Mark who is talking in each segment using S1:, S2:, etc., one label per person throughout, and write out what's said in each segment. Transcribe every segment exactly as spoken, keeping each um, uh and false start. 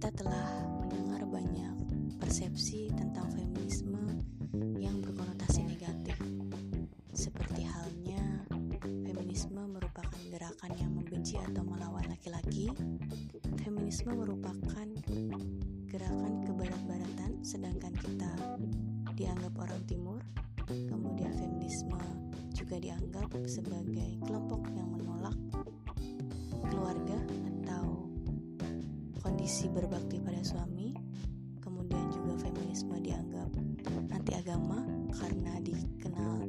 S1: kita telah mendengar banyak persepsi tentang feminisme yang berkonotasi negatif. Seperti halnya feminisme merupakan gerakan yang membenci atau melawan laki-laki. Feminisme merupakan gerakan kebarat-baratan, sedangkan kita dianggap orang timur. Kemudian feminisme juga dianggap sebagai kelompok yang menolak keluarga atau kondisi berbakti pada suami. Kemudian juga feminisme dianggap anti agama karena dikenal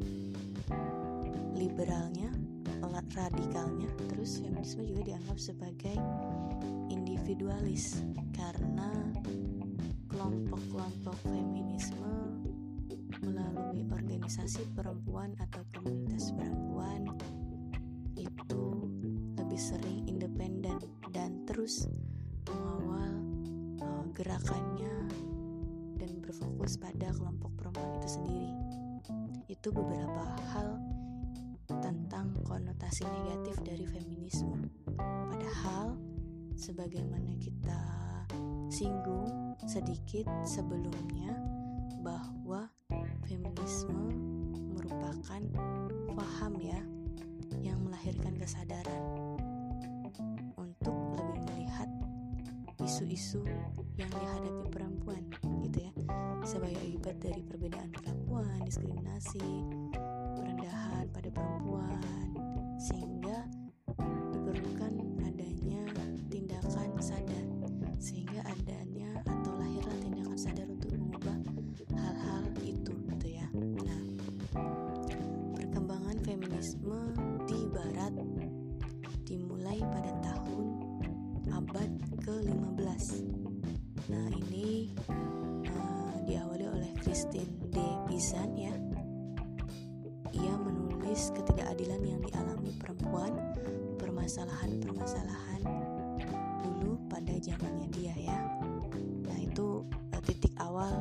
S1: liberalnya, radikalnya. Terus feminisme juga dianggap sebagai individualis karena kelompok-kelompok feminisme melalui organisasi perempuan atau komunitas perempuan itu lebih sering independen dan terus mengawal uh, gerakannya dan berfokus pada kelompok perempuan itu sendiri. Itu beberapa hal tentang konotasi negatif dari feminisme. Padahal sebagaimana kita singgung sedikit sebelumnya bahwa feminisme merupakan paham ya yang melahirkan kesadaran untuk lebih melihat isu-isu yang dihadapi perempuan gitu ya, sebagai akibat dari perbedaan perlakuan, diskriminasi, perendahan pada perempuan, sehingga diperlukan adanya tindakan sadar, sehingga adanya atau lahirlah tindakan sadar untuk mengubah hal-hal itu gitu ya. Nah, perkembangan feminisme di barat dimulai pada tahun abad ke lima belas. Nah, ini uh, diawali oleh Christine de Pizan ya. Ia menulis ketidakadilan yang dialami perempuan, permasalahan-permasalahan dulu pada zamannya dia ya. Nah, itu uh, titik awal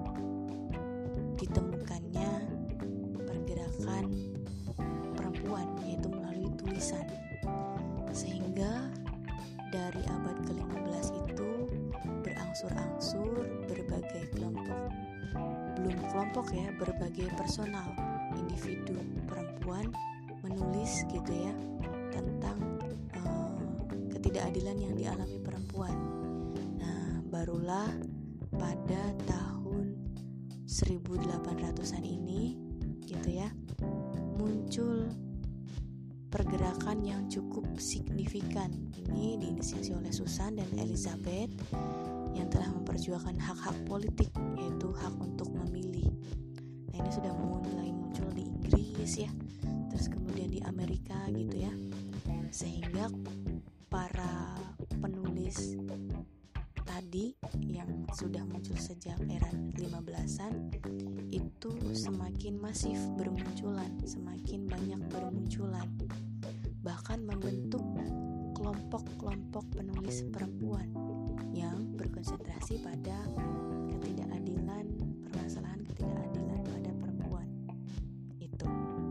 S1: ditemukannya pergerakan perempuan, yaitu melalui tulisan. Sehingga dari abad ke lima belas itu berangsur-angsur berbagai kelompok, belum kelompok ya, berbagai personal, individu perempuan menulis gitu ya tentang uh, ketidakadilan yang dialami perempuan. Nah, barulah pada tahun seribu delapan ratusan ini gitu ya muncul pergerakan yang cukup signifikan. Ini diinisiasi oleh Susan dan Elizabeth yang telah memperjuangkan hak-hak politik, yaitu hak untuk memilih. Nah, ini sudah mulai muncul di Inggris ya, terus kemudian di Amerika gitu ya, sehingga para penulis tadi yang sudah muncul sejak era lima belasan itu semakin masif bermunculan, semakin banyak bermunculan, bahkan membentuk kelompok-kelompok penulis perempuan yang berkonsentrasi pada ketidakadilan, permasalahan ketidakadilan pada perempuan itu.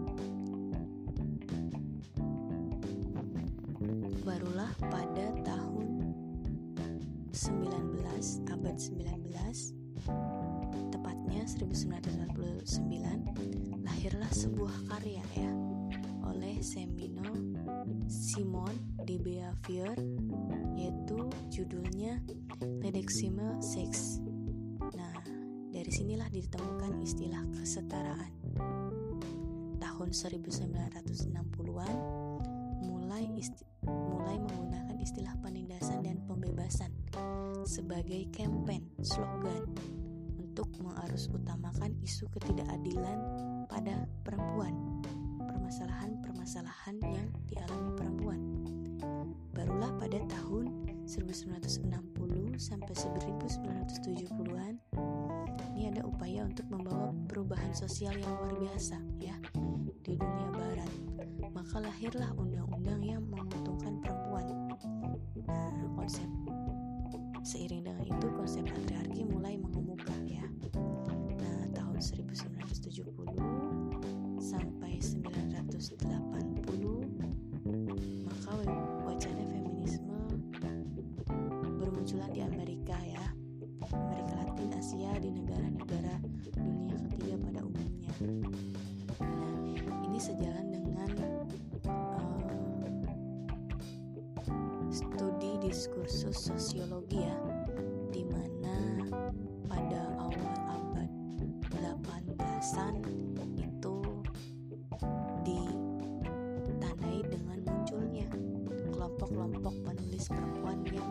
S1: Barulah pada tahun sembilan belas, abad sembilan belas, tepatnya seribu sembilan ratus empat puluh sembilan, lahirlah sebuah karya ya oleh Semino Simone de Beauvoir, yaitu judulnya Legitimate Sex. Nah, dari sinilah ditemukan istilah kesetaraan. Tahun seribu sembilan ratus enam puluhan mulai isti- mulai menggunakan istilah penindasan dan pembebasan sebagai campaign slogan untuk mengarus utamakan isu ketidakadilan pada perempuan, permasalahan-permasalahan yang dialami perempuan. Barulah pada tahun seribu sembilan ratus enam puluh sampai seribu sembilan ratus tujuh puluhan ini ada upaya untuk membawa perubahan sosial yang luar biasa ya di dunia barat. Maka lahirlah undang-undang yang menguntungkan perempuan. Nah, konsep seiring dengan itu konsep patriarki mulai mengemuka ya. Nah, tahun seribu sembilan ratus tujuh puluh sampai seribu sembilan ratus delapan puluh maka wacana feminisme bermunculan di Amerika Asia di negara-negara dunia ketiga pada umumnya. Nah, ini sejalan dengan uh, studi diskursus sosiologi ya, di mana pada awal abad delapan belasan itu ditandai dengan munculnya kelompok-kelompok penulis perempuan yang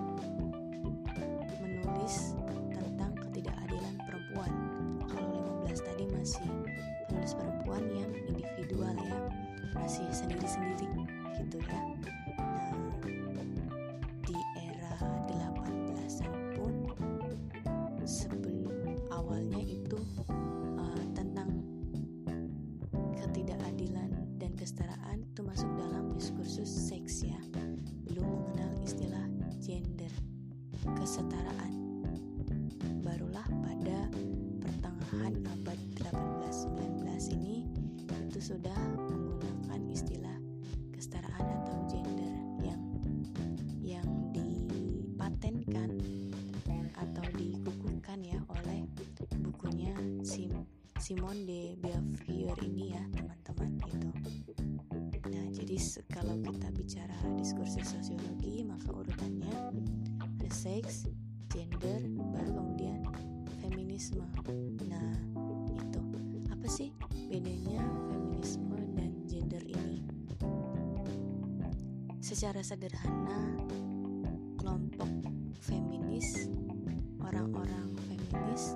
S1: menulis tentang ketidakadilan perempuan. Kalau lima belas tadi masih penulis perempuan yang individual ya, masih sendiri-sendiri gitu ya. Nah, di era delapan belasan pun sebelum awalnya itu uh, tentang ketidakadilan dan kesetaraan itu masuk dalam diskursus seks ya, belum mengenal istilah gender, kesetaraan. Barulah pada pertengahan abad delapan belas sembilan belas ini itu sudah menggunakan istilah kesetaraan atau gender yang yang dipatenkan atau dikukuhkan ya oleh bukunya Sim, Simone de Beauvoir ini ya teman-teman gitu. Nah, jadi kalau kita bicara diskursus sosiologi maka urutannya ada seks, gender, baru kemudian feminisme. Nah, itu apa sih bedanya feminisme dan gender ini? Secara sederhana, kelompok feminis, orang-orang feminis,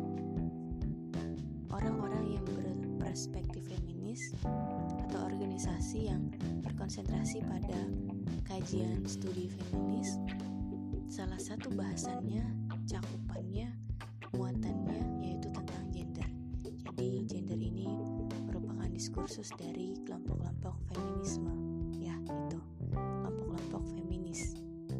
S1: orang-orang yang berperspektif feminis atau organisasi yang berkonsentrasi pada kajian studi feminis, salah satu bahasannya, cakupannya, muatannya yaitu tentang gender. Jadi gender ini merupakan diskursus dari kelompok-kelompok feminisme ya, itu kelompok-kelompok feminis.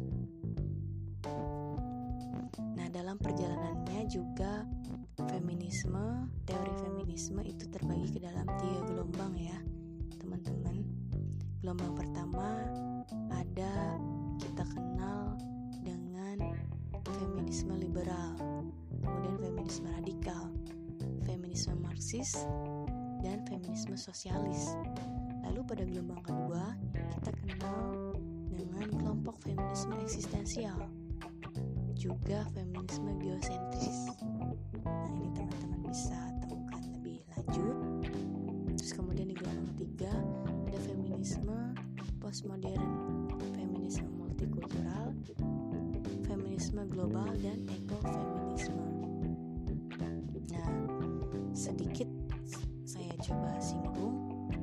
S1: Nah, dalam perjalanannya juga feminisme, teori feminisme itu terbagi ke dalam tiga gelombang ya teman-teman. Gelombang pertama ada kita kenal dengan feminisme liberal, kemudian feminisme radikal, feminisme marxis, dan feminisme sosialis. Lalu pada gelombang kedua kita kenal dengan kelompok feminisme eksistensial, juga feminisme geosentris. Nah, ini teman-teman bisa temukan lebih lanjut. Terus kemudian di gelombang ketiga ada feminisme postmodern, feminisme multikultural, feminisme global, dan ekofeminisme. Nah, sedikit saya coba singgung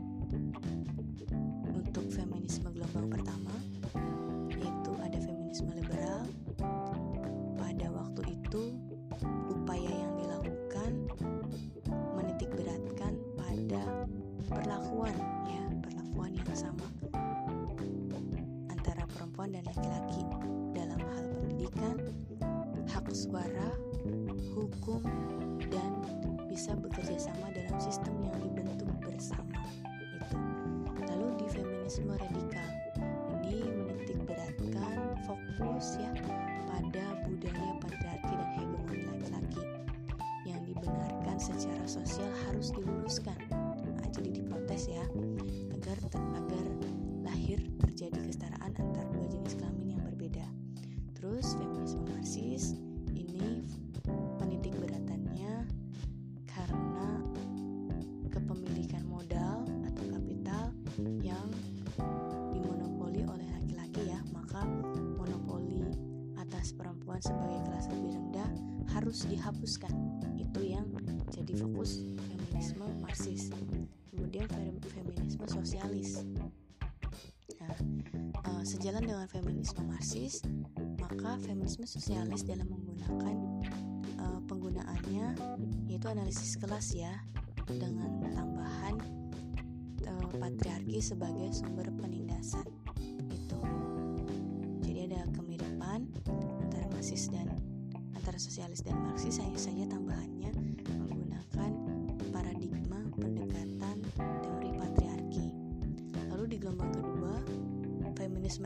S1: untuk feminisme gelombang pertama, yaitu ada feminisme liberal. Pada waktu itu upaya yang dilakukan menitik beratkan pada perlakuan ya, perlakuan yang sama antara perempuan dan laki-laki dalam hal pendidikan, hak suara, hukum, dan bisa bekerja sama dalam sistem yang dibentuk bersama itu. Lalu di feminisme radikal ini menitik beratkan fokus ya pada budaya patriarki dan hegemoni laki-laki yang dibenarkan secara sosial harus diluruskan. Nah, jadi diprotes ya agar agar lahir terjadi kesetaraan antar dua jenis kelamin yang berbeda. Terus feminisme marxis ini penitik beratannya karena kepemilikan modal atau kapital yang dimonopoli oleh laki-laki ya, maka monopoli atas perempuan sebagai kelas lebih rendah harus dihapuskan. Itu yang jadi fokus feminisme marxis. Kemudian feminisme sosialis. Nah, uh, sejalan dengan feminisme marxis, maka feminisme sosialis dalam menggunakan uh, penggunaannya yaitu analisis kelas ya, dengan tambahan uh, patriarki sebagai sumber penindasan. Itu. Jadi ada kemiripan antara marxis dan antara sosialis dan marxis, hanya saja tambahannya menggunakan paradigma pendekatan teori patriarki. Lalu di gelombang kedua, feminisme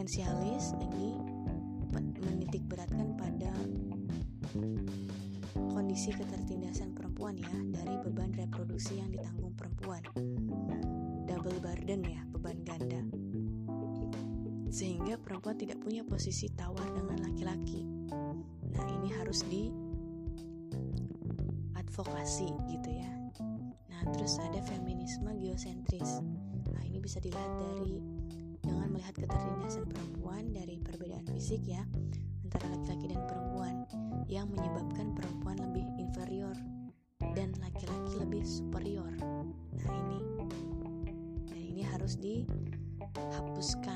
S1: eksistensialis ini menitik beratkan pada kondisi ketertindasan perempuan ya, dari beban reproduksi yang ditanggung perempuan. Double burden ya, beban ganda. Sehingga perempuan tidak punya posisi tawar dengan laki-laki. Nah, ini harus diadvokasi gitu ya. Nah, terus ada feminisme geosentris. Nah, ini bisa dilihat dari dengan melihat ketertindasan perempuan dari perbedaan fisik ya antara laki-laki dan perempuan yang menyebabkan perempuan lebih inferior dan laki-laki lebih superior. Nah, ini dan ini harus dihapuskan.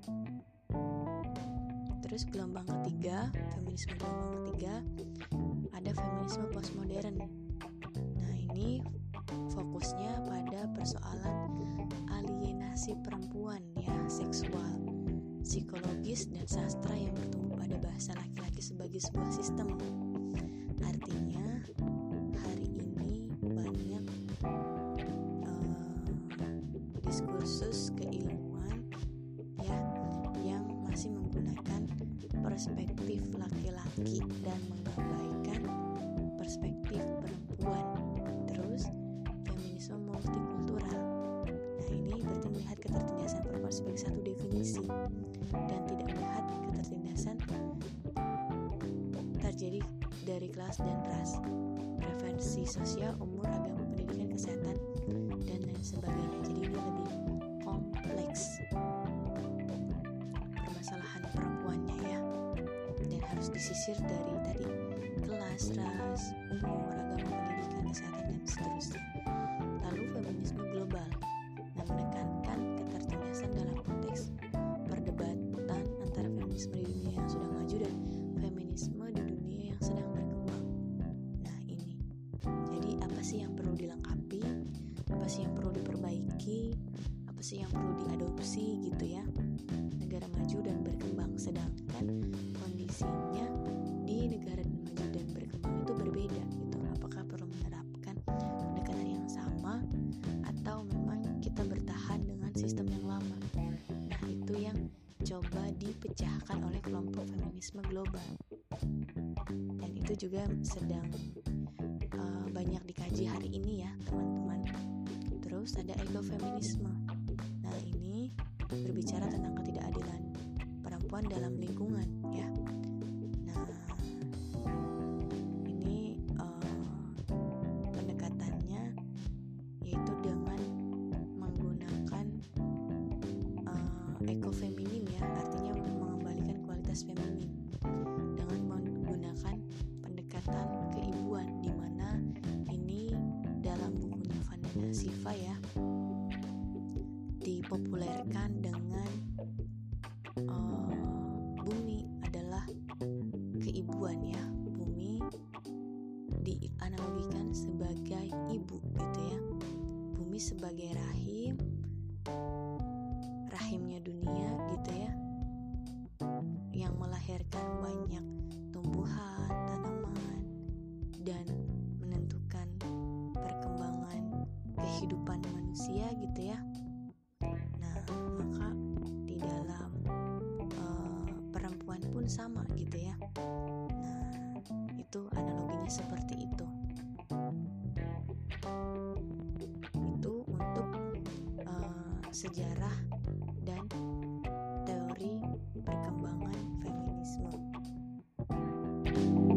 S1: Terus gelombang ketiga, feminisme gelombang ketiga, ada feminisme postmodern. Nah, ini fokusnya pada persoalan alienasi perempuan ya, seksual, psikologis, dan sastra yang bertumbuh pada bahasa laki-laki sebagai sebuah sistem. Artinya hari ini banyak uh, diskursus keilmuan ya yang masih menggunakan perspektif laki-laki dan mengabaikan perspektif perempuan. Terus feminisme multikultural. Nah, ini berarti melihat ketertindasan perempuan sebagai satu definisi dan tidak melihat ketertindasan terjadi dari kelas dan ras, preferensi sosial, umur, agama, pendidikan, kesehatan, dan lain sebagainya. Jadi ini lebih kompleks permasalahan perempuannya ya, dan harus disisir dari tadi kelas, ras, umur, agama, pendidikan, kesehatan, dan seterusnya. Lalu feminisme global, nah menekankan ketertindasan dalam konteks perdebatan antara feminisme di dunia yang sudah maju dan feminisme di dunia yang sedang berkembang. Nah, ini jadi apa sih yang perlu dilengkapi, apa sih yang perlu diperbaiki, apa sih yang perlu diadopsi gitu ya, negara maju dan berkembang. Sedangkan kondisinya di negara maju dan berkembang itu berbeda gitu. Apakah perlu menerapkan pendekatan yang sama atau memang kita bertahan dengan sistem yang lama? Nah, itu yang coba dipecahkan oleh kelompok feminisme global, dan itu juga sedang uh, banyak dikaji hari ini ya teman-teman. Terus ada ekofeminisme. Nah, ini berbicara tentang ketidakadilan perempuan dalam lingkungan ya. Nah, ini uh, pendekatannya yaitu dengan menggunakan uh, ekofeminim ya, artinya mengembalikan kualitas feminin dengan menggunakan pendekatan keibuan, di mana ini dalam bukunya Vandana Shiva ya dipopulerkan dengan uh, bumi adalah keibuan ya. Bumi dianalogikan sebagai ibu gitu ya. Bumi sebagai rahim, rahimnya dunia gitu ya, yang melahirkan banyak tumbuhan, tanaman, dan menentukan perkembangan kehidupan manusia gitu ya. Nah, maka di dalam uh, perempuan pun sama gitu ya. Nah, itu analoginya seperti itu. Itu untuk uh, sejarah dan teori perkembangan feminisme.